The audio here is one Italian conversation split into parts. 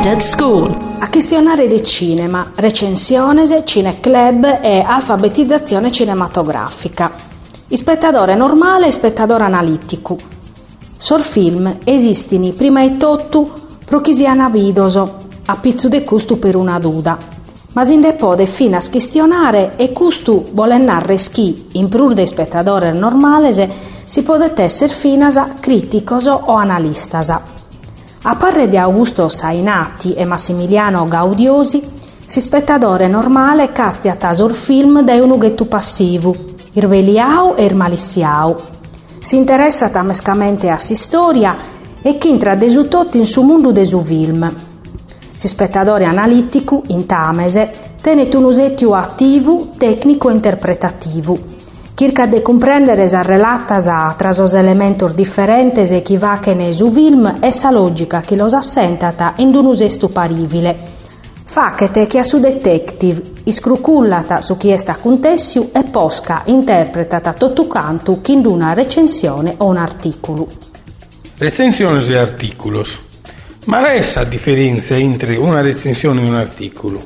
Budget School. A questionare di cinema, recensione, cineclub e alfabetizzazione cinematografica. Il spettatore normale e spettatore analitico. Sor film esistono prima di tutto pro chi sia navidoso, a pizzo de custo per una duda. Ma si ne può fino a questionare e custo vuole narrare schi in prur de spettatore normale si può essere finasa criticoso o analistasa. A parre di Augusto Sainati e Massimiliano Gaudiosi, si spettatore normale castia sor film da un ughetto passivo, irveliau e irmalissiau. Si interessa tamescamente a si storia e chi entra desutotto in su mondo de su film. Si spettatore analitico, in tamese, tenet un usetio attivo, tecnico e interpretativo. Circa de comprendere sa relatas tra os elementos differentes e chi va che ne su film e sa logica che los assentata in un usesto paribile. Facete che a su detective, iscrucullata su chi est acontessiu e posca interpretata tutto canto chi in una recensione o un articolo. Recensiones e artículos. Ma resta differenza entre una recensione e un articolo.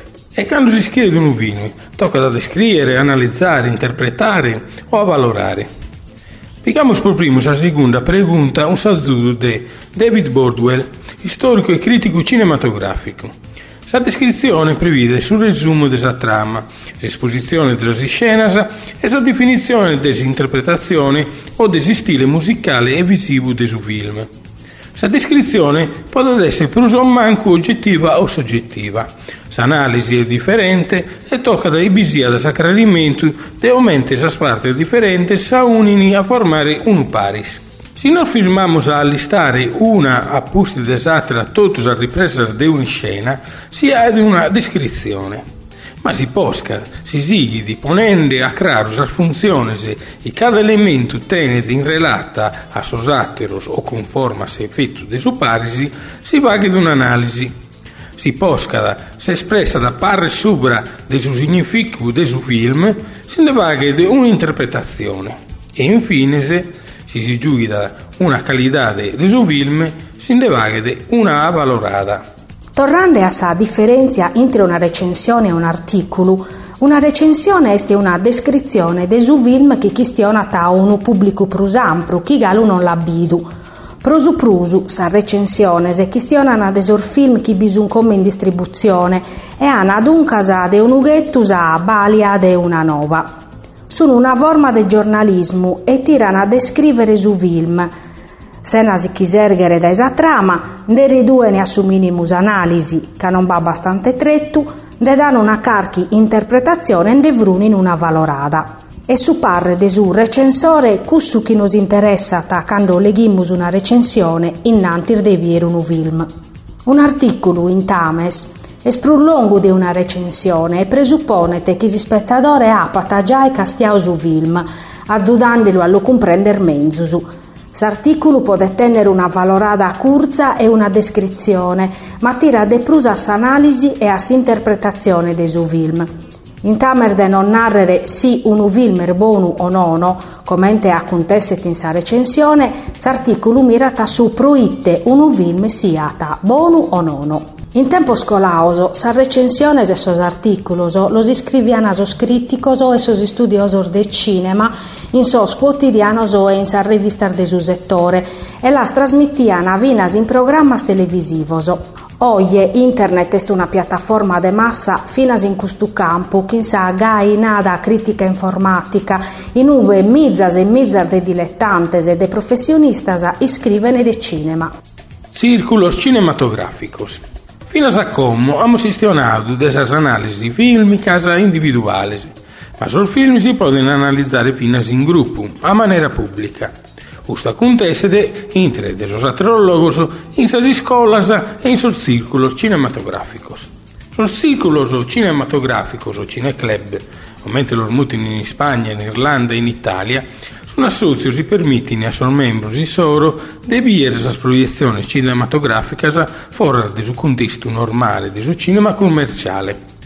E quando si scrive un film, tocca da descrivere, analizzare, interpretare o valorare. Picamos por primos a segunda pergunta un saludo de David Bordwell, storico e critico cinematografico. Sa descrizione prevede sul resumo della trama, l'esposizione delle scene e la definizione dell'interpretazione o del stile musicale e visivo del film. La descrizione può essere per uso manco oggettiva o soggettiva. L'analisi è differente e tocca da ibisia da sacralimento de aumente esas partes differentes sa unini a formare un paris. Se non firmamos a listare una appusti desatra totus a ripresas de una scena, si ha di una descrizione. Ma si posca, si sighi di ponende a claros as funciones e cada elemento tened in relata a sos atteros o conforma se effetto de su parisi, si vaghe di un'analisi. Si posca, se espressa da parre subra de su significato de su film, se ne vaghe di un'interpretazione. E infine, se si giughi da una qualità de su film, se ne vaghe di una valorata. Tornando a sa differenza entre una recensione e un articolo, una recensione è una descrizione de su film che chistiona ta un pubblico prus ampro, chi galu non l'abidu. Prosu prusu, sa recensione se chistionana de sor film chi bisun come in distribuzione e hanno dunque de un ughettus a balia de una nova. Sono una forma de giornalismo e tirano a descrivere su film. Sena si chiserghere da esa trama, ne ridue ne assuminimus analisi, che non va abbastanza trettu, ne danno una carchi interpretazione e ne vruni in una valorata. E su parre de su recensore, cussu chi nos interessa ta quando leghimus una recensione innanti de viere un film. Un articolo in tames è sprulongo di una recensione e presupponete che il spettatore ha patagià e castiao su film, azzudandolo allo comprender menzusu. S'articolo può tenere una valorata curza e una descrizione, ma tira de prusas analisi e as interpretazione de su film. In tamer de non narrere si un film er bonu o nono, commente acontesset in sa recensione, s'articolo mirata su proitte un film siata bonu o nono. In tempo scolaoso, sa recensiones e sos articulos los iscrivian a sos críticos e sos studiosos de cinema in sos quotidianos e in sa revistas de su settore e las trasmittian a vinas in programmas televisivos. Oggi internet è una piattaforma de massa finas in questo campo, che sa gai nada critica informatica, in uve mizzas e mizzas de dilettantes e de professionistas iscrivene de cinema. Círculos cinematográficos. Finas a como hemos gestionado desas análisis fílmicas individuales, mas os filmes si poden analizzare finas in gruppo, a maneira pública. Usto acontece entre desos astrólogos in sas escolas e in sos círculos cinematográficos. Sos círculos cinematográficos o cineclub, aumente los mutin in Spagna, in Irlanda e in Italia, sono associos e permiten a sos membros e soro de viere as proiezioni cinematográficas fora de su contesto normale de su cinema commerciale.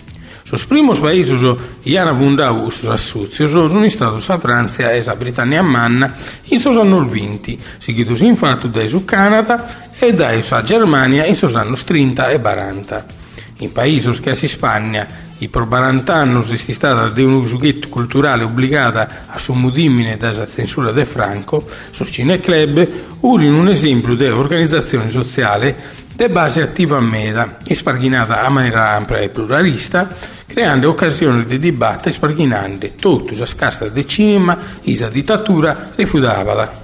Sos primos países ian abundau sos assozios sono stados a Francia e a Britannia Manna in sos annos 20, seguidos infatti da su Canada e da a Germania in sos annos 30 e 40. In paesi che si Spagna, i por 40 anni è stata di un giughetto culturale obbligata a sommudimine da censura de Franco, sos cineclub urino un esempio di organizzazione sociale de base attiva a meda e sparghinata a maniera ampia e pluralista, creando occasioni di dibattito e sparghinando tutto la scasta del cinema e la dittatura rifiutavala.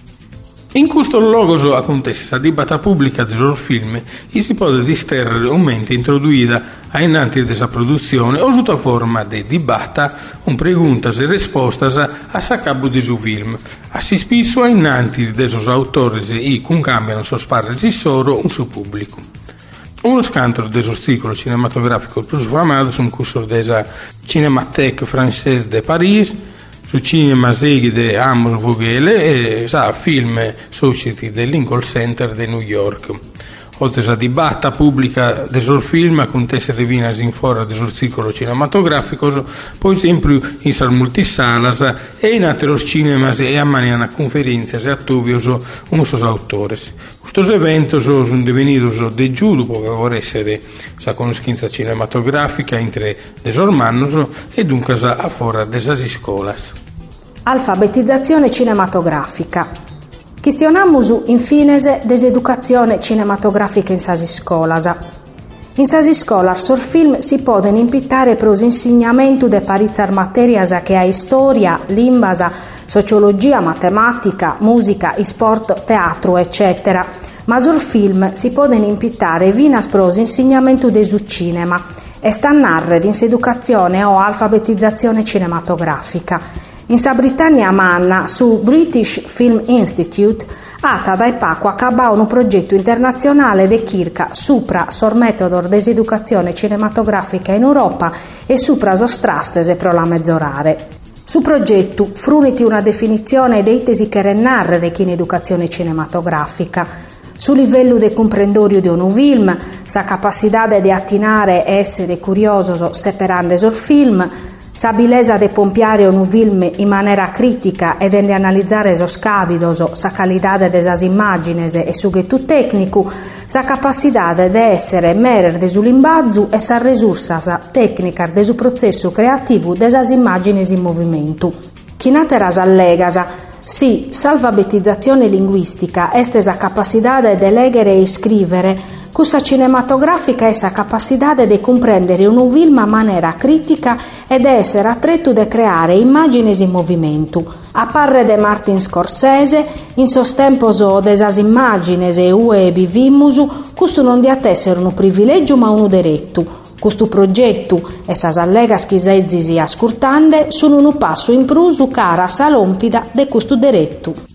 In questo luogo acontece la dibatta pubblica del loro film e si può disterrere un mente introduita a innanti della produzione o sotto forma di dibatta, un preguntas e rispostas a sacabo di su film, assì spesso a innanti dei suoi autori e con cambiano sosparre soro un suo pubblico. Uno scantro del ciclo cinematografico più sfamato su un corso della Cinémathèque Française de Paris, su cinema segui di Amos Vogele e sa film Society del Lincoln Center di New York. Oltre alla dibatta pubblica del suo film, acontece di vinas in fora del suo ciclo cinematografico, poi sempre in sal multisalas e in altri cinemas e a maniera conferenze e attuvios un sus autores. Questi eventi sono divenuti de giù dopo che essere sa conoscenza cinematografica entre des ormannos e dunque a fora delle scuolas. Alfabetizzazione cinematografica. Questionamus infine deseducazione cinematografica in sasi scolas. In sasi scolas sul film si poden impittare pros insegnamento de parizzar materias che ha storia, limbas, sociologia, matematica, musica, sport, teatro, eccetera. Ma sul film si poden impittare vinas pros insegnamento de su cinema e stannarre in educazione o alfabetizzazione cinematografica. In sa Britannia Manna, su British Film Institute, ata dai Pacqua acabà un progetto internazionale de circa supra sor metodo deseducazione cinematografica in Europa e supra sostrastese pro la mezzorare. Su progetto fruniti una definizione dei tesi che rennarre in educazione cinematografica, su livello de comprendorio di un film, sa capacità di attinare e essere curioso separando sul film, sa bilesa de pompiare un film in maniera critica e de analizzare esos cavidos, sa calidade de esas immagines e sughettu tecnicu, sa capacità de essere merer de su limbazzu e sa resursa tecnica de su processo creativo de esas immagines in movimento. Chinateras allegas, sì, s'alfabetizzazione linguistica est esa capacidade de legere e scrivere, cussa cinematografica è sa capacidade de comprendere un film a maniera critica ed essere attretto de creare immagines in movimento. A parre de Martin Scorsese, in sostempos desas immagines e ue vivimus, custu non di essere un privilegio ma un diretto. Questo progetto e sas allegas chisezzisi ascoltande sono un passo in prusu cara sa lompida de questo diretto.